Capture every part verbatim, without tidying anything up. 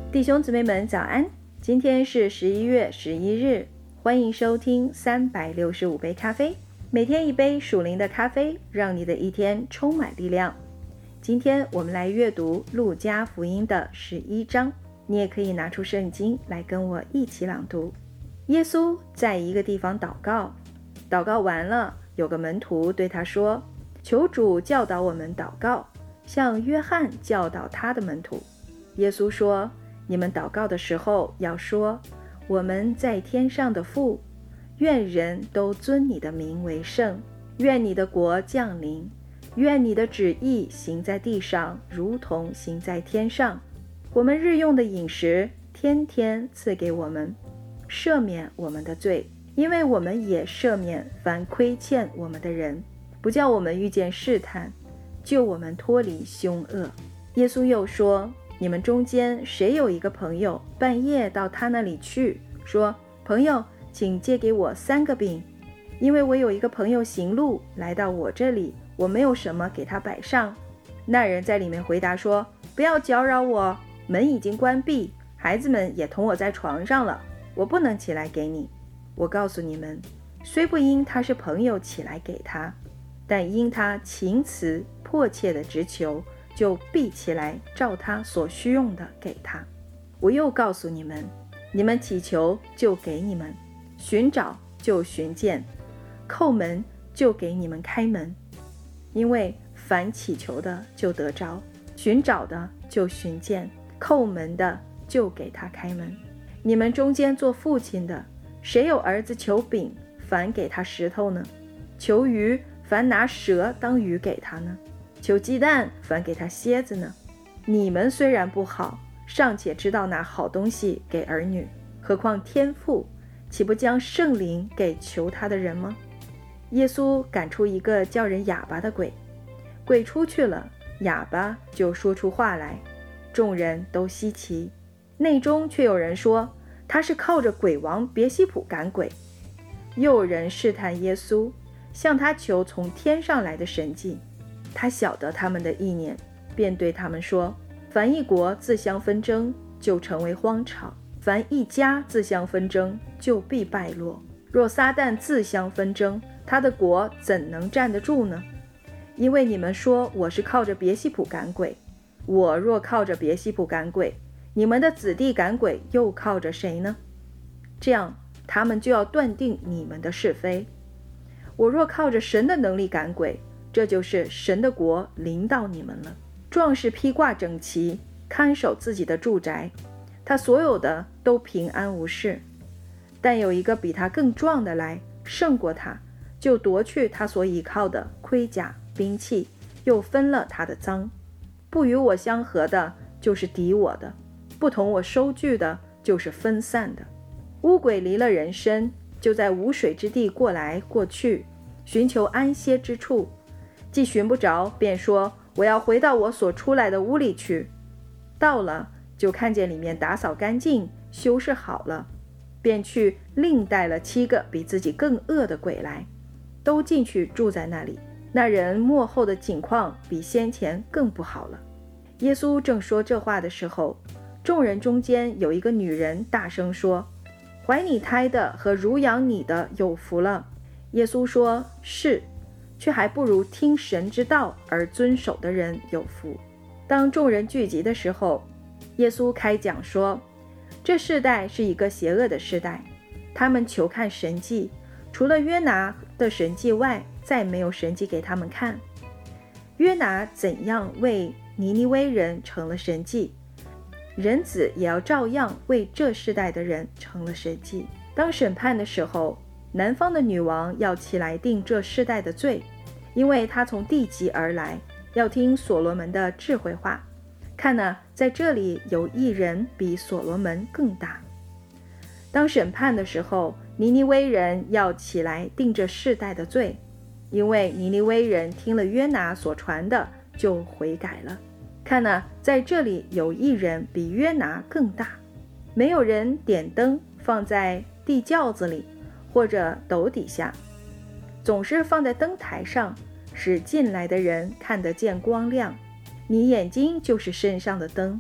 弟兄姊妹们早安，今天是十一月十一日，欢迎收听三百六十五杯咖啡，每天一杯属灵的咖啡，让你的一天充满力量。今天我们来阅读路加福音的十一章，你也可以拿出圣经来跟我一起朗读。耶稣在一个地方祷告，祷告完了，有个门徒对他说，求主教导我们祷告，像约翰教导他的门徒。耶稣说，你们祷告的时候要说，我们在天上的父，愿人都尊你的名为圣，愿你的国降临，愿你的旨意行在地上，如同行在天上。我们日用的饮食，天天赐给我们，赦免我们的罪，因为我们也赦免凡亏欠我们的人，不叫我们遇见试探，救我们脱离凶恶。耶稣又说，你们中间谁有一个朋友，半夜到他那里去，说，朋友，请借给我三个饼，因为我有一个朋友行路来到我这里，我没有什么给他摆上。那人在里面回答说，不要搅扰我，门已经关闭，孩子们也同我在床上了，我不能起来给你。我告诉你们，虽不因他是朋友起来给他，但因他情辞迫切的直求，就必起来照他所需用的给他。我又告诉你们，你们祈求就给你们，寻找就寻见，叩门就给你们开门。因为凡祈求的就得着，寻找的就寻见，叩门的就给他开门。你们中间做父亲的，谁有儿子求饼，反给他石头呢？求鱼，反拿蛇当鱼给他呢？求鸡蛋，反给他蝎子呢？你们虽然不好，尚且知道拿好东西给儿女，何况天父，岂不将圣灵给求他的人吗？耶稣赶出一个叫人哑巴的鬼，鬼出去了，哑巴就说出话来，众人都稀奇。内中却有人说，他是靠着鬼王别西卜赶鬼。又有人试探耶稣，向他求从天上来的神迹。他晓得他们的意念，便对他们说，凡一国自相纷争，就成为荒场；凡一家自相纷争，就必败落。若撒旦自相纷争，他的国怎能站得住呢？因为你们说我是靠着别西卜赶鬼，我若靠着别西卜赶鬼，你们的子弟赶鬼又靠着谁呢？这样他们就要断定你们的是非。我若靠着神的能力赶鬼，这就是神的国临到你们了。壮士披挂整齐，看守自己的住宅，他所有的都平安无事。但有一个比他更壮的来，胜过他，就夺去他所倚靠的盔甲兵器，又分了他的赃。不与我相合的，就是敌我的；不同我收据的，就是分散的。污鬼离了人身，就在无水之地过来过去，寻求安歇之处，既寻不着，便说，我要回到我所出来的屋里去。到了，就看见里面打扫干净，修饰好了，便去另带了七个比自己更恶的鬼来，都进去住在那里。那人末后的景况比先前更不好了。耶稣正说这话的时候，众人中间有一个女人大声说，怀你胎的和乳养你的有福了。耶稣说，是，却还不如听神之道而遵守的人有福。当众人聚集的时候，耶稣开讲说，这世代是一个邪恶的世代，他们求看神迹，除了约拿的神迹外，再没有神迹给他们看。约拿怎样为尼尼微人成了神迹，人子也要照样为这世代的人成了神迹。当审判的时候，南方的女王要起来定这世代的罪，因为她从地极而来，要听所罗门的智慧话。看哪，在这里有一人比所罗门更大。当审判的时候，尼尼微人要起来定这世代的罪，因为尼尼微人听了约拿所传的，就悔改了。看哪，在这里有一人比约拿更大。没有人点灯放在地窖子里，或者斗底下，总是放在灯台上，使进来的人看得见光亮。你眼睛就是身上的灯，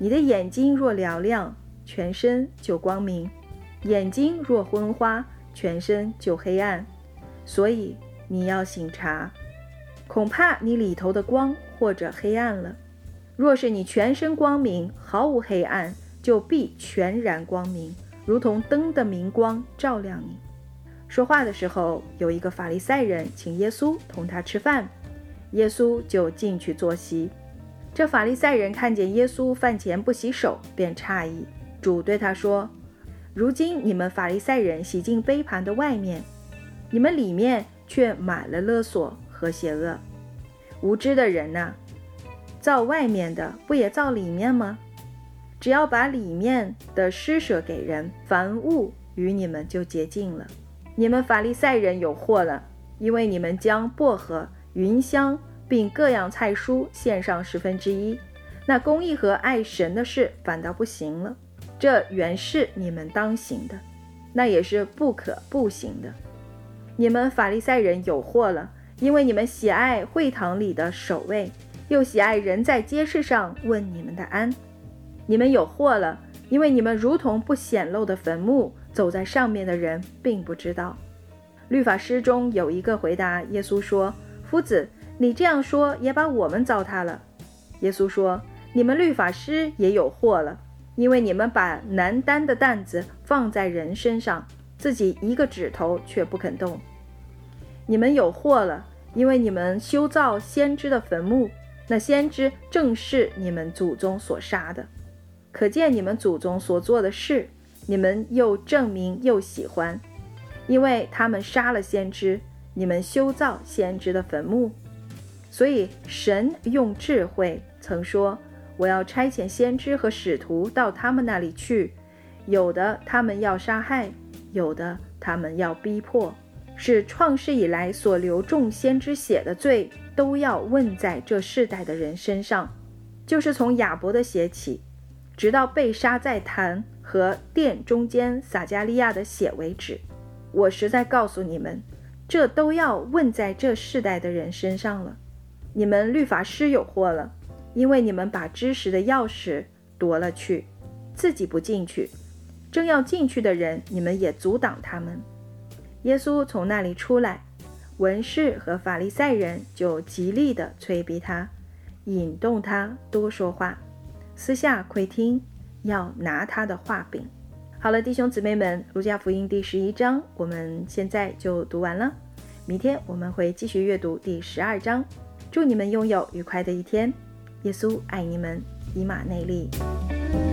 你的眼睛若嘹亮，全身就光明；眼睛若昏花，全身就黑暗。所以你要醒察，恐怕你里头的光或者黑暗了。若是你全身光明，毫无黑暗，就必全然光明，如同灯的明光照亮你。说话的时候，有一个法利赛人请耶稣同他吃饭，耶稣就进去坐席。这法利赛人看见耶稣饭前不洗手，便诧异。主对他说：如今你们法利赛人洗净杯盘的外面，你们里面却满了勒索和邪恶。无知的人啊，造外面的不也造里面吗？只要把里面的施舍给人，凡物与你们就洁净了。你们法利赛人有祸了，因为你们将薄荷、芸香并各样菜蔬献上十分之一，那公义和爱神的事反倒不行了。这原是你们当行的，那也是不可不行的。你们法利赛人有祸了，因为你们喜爱会堂里的守卫，又喜爱人在街市上问你们的安。你们有祸了，因为你们如同不显露的坟墓，走在上面的人并不知道。律法师中有一个回答耶稣说：夫子，你这样说也把我们糟蹋了。耶稣说：你们律法师也有祸了，因为你们把难担的担子放在人身上，自己一个指头却不肯动。你们有祸了，因为你们修造先知的坟墓，那先知正是你们祖宗所杀的。可见你们祖宗所做的事，你们又证明又喜欢，因为他们杀了先知，你们修造先知的坟墓。所以神用智慧曾说：我要差遣先知和使徒到他们那里去，有的他们要杀害，有的他们要逼迫，使创世以来所流众先知血的罪都要问在这世代的人身上，就是从亚伯的血起，直到被杀在坛和殿中间撒加利亚的血为止。我实在告诉你们，这都要问在这世代的人身上了。你们律法师有祸了，因为你们把知识的钥匙夺了去，自己不进去，正要进去的人，你们也阻挡他们。耶稣从那里出来，文士和法利赛人就极力地催逼他，引动他多说话，私下窥听，要拿他的话柄。好了，弟兄姊妹们，路加福音第十一章我们现在就读完了，明天我们会继续阅读第十二章。祝你们拥有愉快的一天，耶稣爱你们，以马内利。